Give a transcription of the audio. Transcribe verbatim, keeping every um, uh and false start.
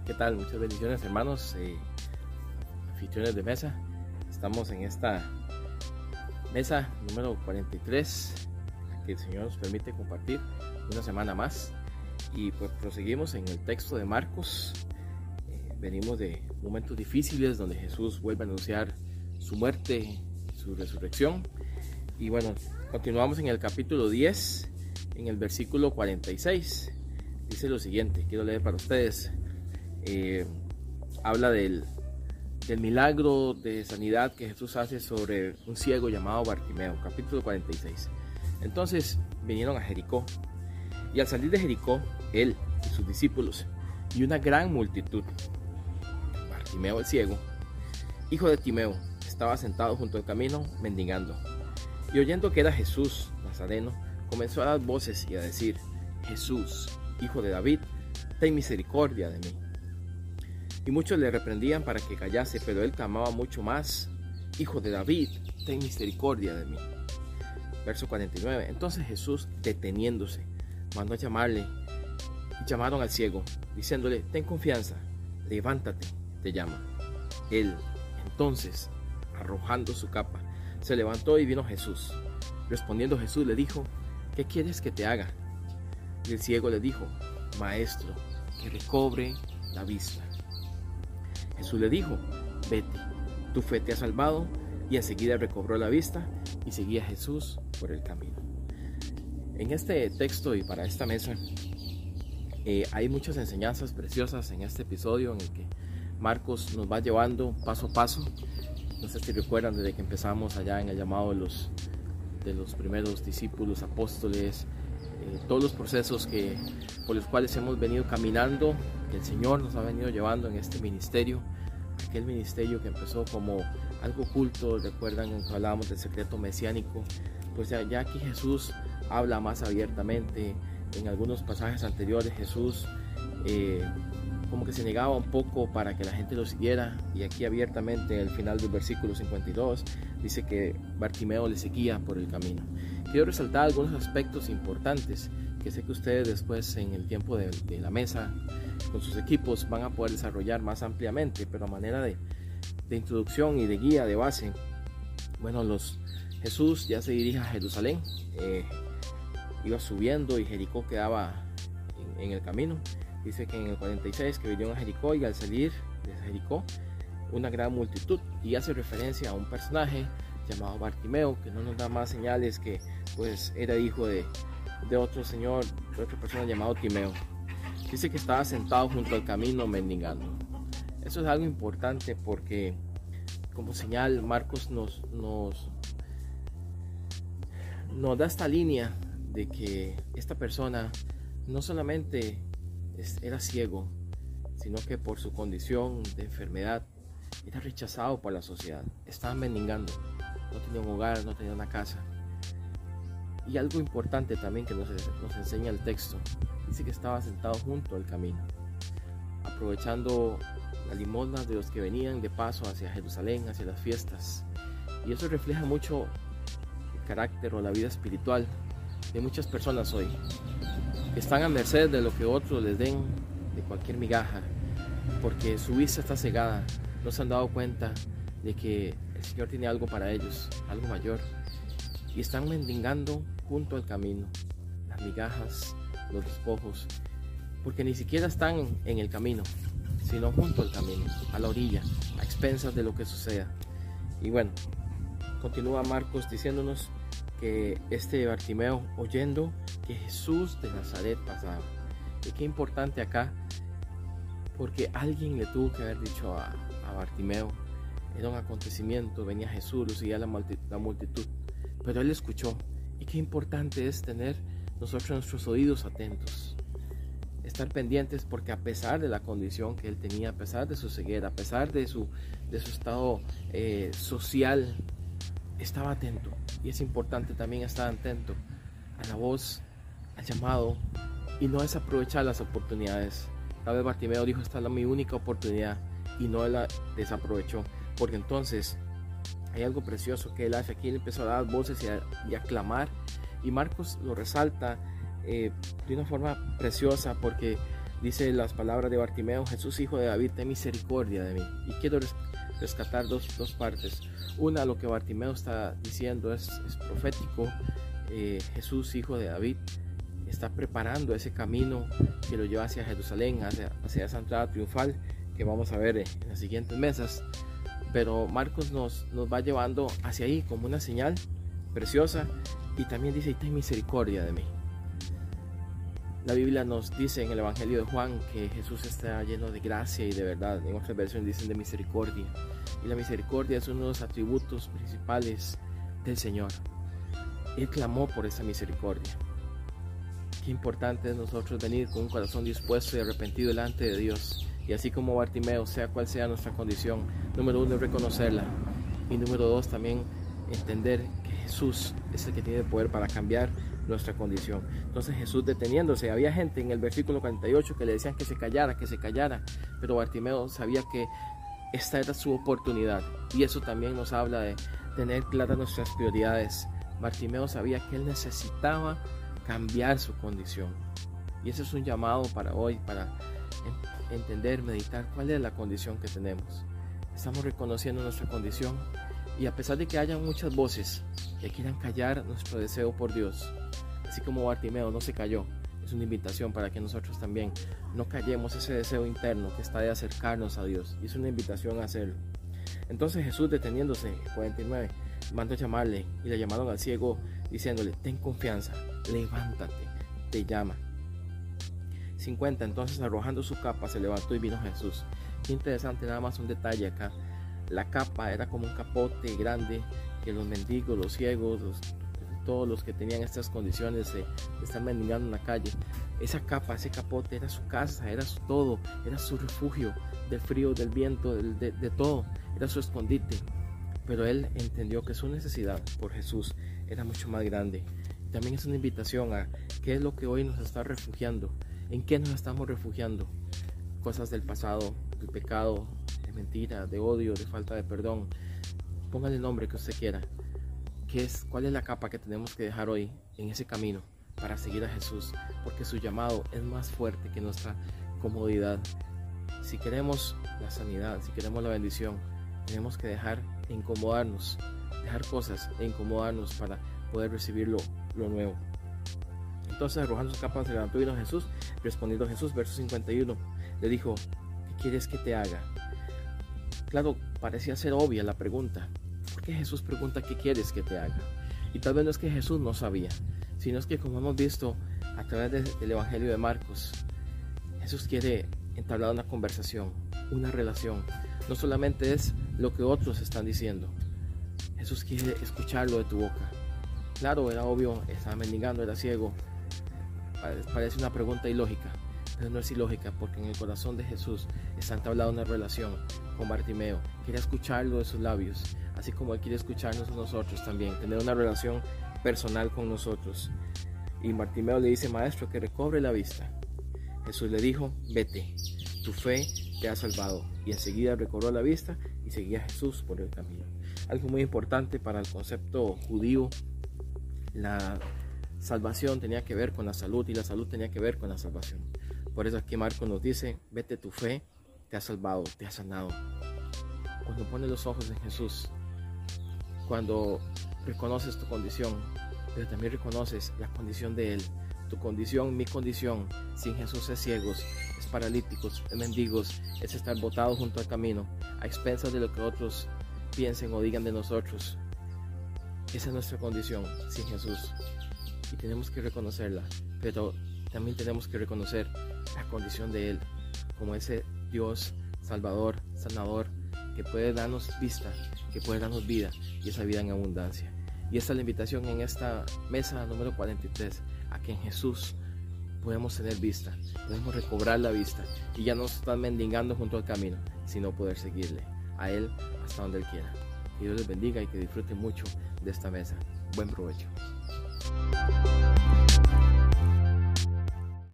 ¿Qué tal? Muchas bendiciones, hermanos, eh, anfitriones de mesa. Estamos en esta mesa número cuarenta y tres que el Señor nos permite compartir una semana más. Y pues proseguimos en el texto de Marcos. Eh, venimos de momentos difíciles donde Jesús vuelve a anunciar su muerte, su resurrección. Y bueno, continuamos en el capítulo diez, en el versículo cuarenta y seis. Dice lo siguiente, quiero leer para ustedes. Eh, habla del, del milagro de sanidad que Jesús hace sobre un ciego llamado Bartimeo, capítulo cuarenta y seis. Entonces vinieron a Jericó, y al salir de Jericó, él y sus discípulos y una gran multitud, Bartimeo el ciego, hijo de Timeo, estaba sentado junto al camino mendigando, y oyendo que era Jesús Nazareno, comenzó a dar voces y a decir: Jesús, hijo de David, ten misericordia de mí. Y muchos le reprendían para que callase, pero él clamaba mucho más: Hijo de David, ten misericordia de mí. Verso cuarenta y nueve. Entonces Jesús, deteniéndose, mandó a llamarle, y llamaron al ciego, diciéndole: ten confianza, levántate, te llama. Él, entonces, arrojando su capa, se levantó y vino a Jesús. Respondiendo Jesús le dijo: ¿qué quieres que te haga? Y el ciego le dijo: Maestro, que recobre la vista. Jesús le dijo: vete, tu fe te ha salvado. Y enseguida recobró la vista y seguía a Jesús por el camino. En este texto y para esta mesa eh, hay muchas enseñanzas preciosas en este episodio en el que Marcos nos va llevando paso a paso. No sé si recuerdan, desde que empezamos allá en el llamado de los, de los primeros discípulos, apóstoles, eh, todos los procesos que, por los cuales hemos venido caminando, que el Señor nos ha venido llevando en este ministerio. Aquel ministerio que empezó como algo oculto, recuerdan que hablábamos del secreto mesiánico, pues ya, ya aquí Jesús habla más abiertamente. En algunos pasajes anteriores Jesús eh, como que se negaba un poco para que la gente lo siguiera, y aquí abiertamente al final del versículo cincuenta y dos dice que Bartimeo le seguía por el camino. Quiero resaltar algunos aspectos importantes que sé que ustedes después en el tiempo de, de la mesa con sus equipos van a poder desarrollar más ampliamente, pero a manera de, de introducción y de guía de base. Bueno, los, Jesús ya se dirige a Jerusalén, eh, iba subiendo y Jericó quedaba en, en el camino. Dice que en el cuarenta y seis que vinieron a Jericó, y al salir de Jericó una gran multitud, y hace referencia a un personaje llamado Bartimeo, que no nos da más señales que pues era hijo de, de otro señor, de otra persona llamado Timeo. Dice que estaba sentado junto al camino mendigando. Eso es algo importante porque como señal Marcos nos, nos, nos da esta línea de que esta persona no solamente era ciego, sino que por su condición de enfermedad era rechazado por la sociedad. Estaba mendigando, no tenía un hogar, no tenía una casa. Y algo importante también que nos, nos enseña el texto, dice que estaba sentado junto al camino, aprovechando la limosna de los que venían de paso hacia Jerusalén, hacia las fiestas. Y eso refleja mucho el carácter o la vida espiritual de muchas personas hoy, que están a merced de lo que otros les den, de cualquier migaja, porque su vista está cegada. No se han dado cuenta de que el Señor tiene algo para ellos, algo mayor, y están mendigando junto al camino las migajas, los despojos, porque ni siquiera están en el camino, sino junto al camino, a la orilla, a expensas de lo que suceda. Y bueno, continúa Marcos diciéndonos que este Bartimeo, oyendo que Jesús de Nazaret pasaba. Y qué importante acá, porque alguien le tuvo que haber dicho a, a Bartimeo. Era un acontecimiento, venía Jesús, lo seguía la multitud, la multitud, pero él escuchó. Y qué importante es tener nosotros nuestros oídos atentos, estar pendientes, porque a pesar de la condición que él tenía, a pesar de su ceguera, a pesar de su, de su estado eh, social, estaba atento. Y es importante también estar atento a la voz, al llamado, y no desaprovechar las oportunidades. Tal vez Bartimeo dijo: esta es mi única oportunidad, y no la desaprovechó, porque entonces hay algo precioso que él hace aquí. Él empezó a dar voces y a, y a clamar, y Marcos lo resalta eh, de una forma preciosa, porque Dice las palabras de Bartimeo: Jesús, hijo de David, ten misericordia de mí. Y quiero rescatar dos, dos partes. Una, lo que Bartimeo está diciendo es, es profético. eh, Jesús, hijo de David, está preparando ese camino que lo lleva hacia Jerusalén, hacia, hacia esa entrada triunfal que vamos a ver en las siguientes mesas. Pero Marcos nos, nos va llevando hacia ahí como una señal preciosa, y también dice: ten misericordia de mí. La Biblia nos dice en el Evangelio de Juan que Jesús está lleno de gracia y de verdad. En otras versiones dicen de misericordia, y la misericordia es uno de los atributos principales del Señor. Él clamó por esa misericordia. Qué importante es nosotros venir con un corazón dispuesto y arrepentido delante de Dios. Y así como Bartimeo, sea cual sea nuestra condición, número uno es reconocerla, y número dos también entender que Jesús es el que tiene el poder para cambiar nuestra condición. Entonces Jesús deteniéndose, había gente en el versículo cuarenta y ocho que le decían que se callara, que se callara, pero Bartimeo sabía que esta era su oportunidad, y eso también nos habla de tener claras nuestras prioridades. Bartimeo sabía que él necesitaba cambiar su condición, y ese es un llamado para hoy, para entender, meditar cuál es la condición que tenemos. Estamos reconociendo nuestra condición, y a pesar de que haya muchas voces que quieran callar nuestro deseo por Dios, así como Bartimeo no se calló, es una invitación para que nosotros también no callemos ese deseo interno que está de acercarnos a Dios, y es una invitación a hacerlo. Entonces Jesús, deteniéndose, cuarenta y nueve, mandó llamarle, y le llamaron al ciego diciéndole: ten confianza, levántate, te llama. cincuenta, entonces arrojando su capa se levantó y vino Jesús. Qué interesante, nada más un detalle acá. La capa era como un capote grande que los mendigos, los ciegos, los, todos los que tenían estas condiciones de, de estar mendigando en la calle, esa capa, ese capote era su casa, era su todo, era su refugio del frío, del viento, del, de, de todo, era su escondite. Pero él entendió que su necesidad por Jesús era mucho más grande. También es una invitación a qué es lo que hoy nos está refugiando, en qué nos estamos refugiando. Cosas del pasado, del pecado, de mentira, de odio, de falta de perdón. Póngale el nombre que usted quiera. ¿Qué es, cuál es la capa que tenemos que dejar hoy en ese camino para seguir a Jesús? Porque su llamado es más fuerte que nuestra comodidad. Si queremos la sanidad, si queremos la bendición, tenemos que dejar de incomodarnos, dejar cosas e incomodarnos para poder recibir lo, lo nuevo. Entonces, arrojando su capa, se levantó y vino Jesús. Respondiendo Jesús, verso cincuenta y uno, le dijo: ¿qué quieres que te haga? Claro, parecía ser obvia la pregunta. ¿Por qué Jesús pregunta qué quieres que te haga? Y tal vez no es que Jesús no sabía, sino es que, como hemos visto a través de, del Evangelio de Marcos, Jesús quiere entablar una conversación, una relación. No solamente es lo que otros están diciendo. Jesús quiere escucharlo de tu boca. Claro, era obvio, estaba mendigando, era ciego. Parece una pregunta ilógica, pero no es ilógica, porque en el corazón de Jesús está entablada una relación con Bartimeo. Quiere escucharlo de sus labios, así como Él quiere escucharnos a nosotros también, tener una relación personal con nosotros. Y Bartimeo le dice: maestro, que recobre la vista. Jesús le dijo: vete, tu fe te ha salvado. Y enseguida recobró la vista y seguía a Jesús por el camino. Algo muy importante para el concepto judío: la salvación tenía que ver con la salud, y la salud tenía que ver con la salvación. Por eso aquí Marcos nos dice: vete, tu fe te ha salvado, te ha sanado. Cuando pones los ojos en Jesús, cuando reconoces tu condición, pero también reconoces la condición de Él, tu condición, mi condición, sin Jesús es ciegos, es paralíticos, es mendigos, es estar botados junto al camino, a expensas de lo que otros piensen o digan de nosotros. Esa es nuestra condición sin Jesús, y tenemos que reconocerla, pero también tenemos que reconocer la condición de Él como ese Dios salvador, sanador, que puede darnos vista, que puede darnos vida, y esa vida en abundancia. Y esta es la invitación en esta mesa número cuarenta y tres, a que en Jesús podemos tener vista, podemos recobrar la vista, y ya no estar mendigando junto al camino, sino poder seguirle a Él hasta donde Él quiera. Que Dios les bendiga y que disfruten mucho de esta mesa. Buen provecho.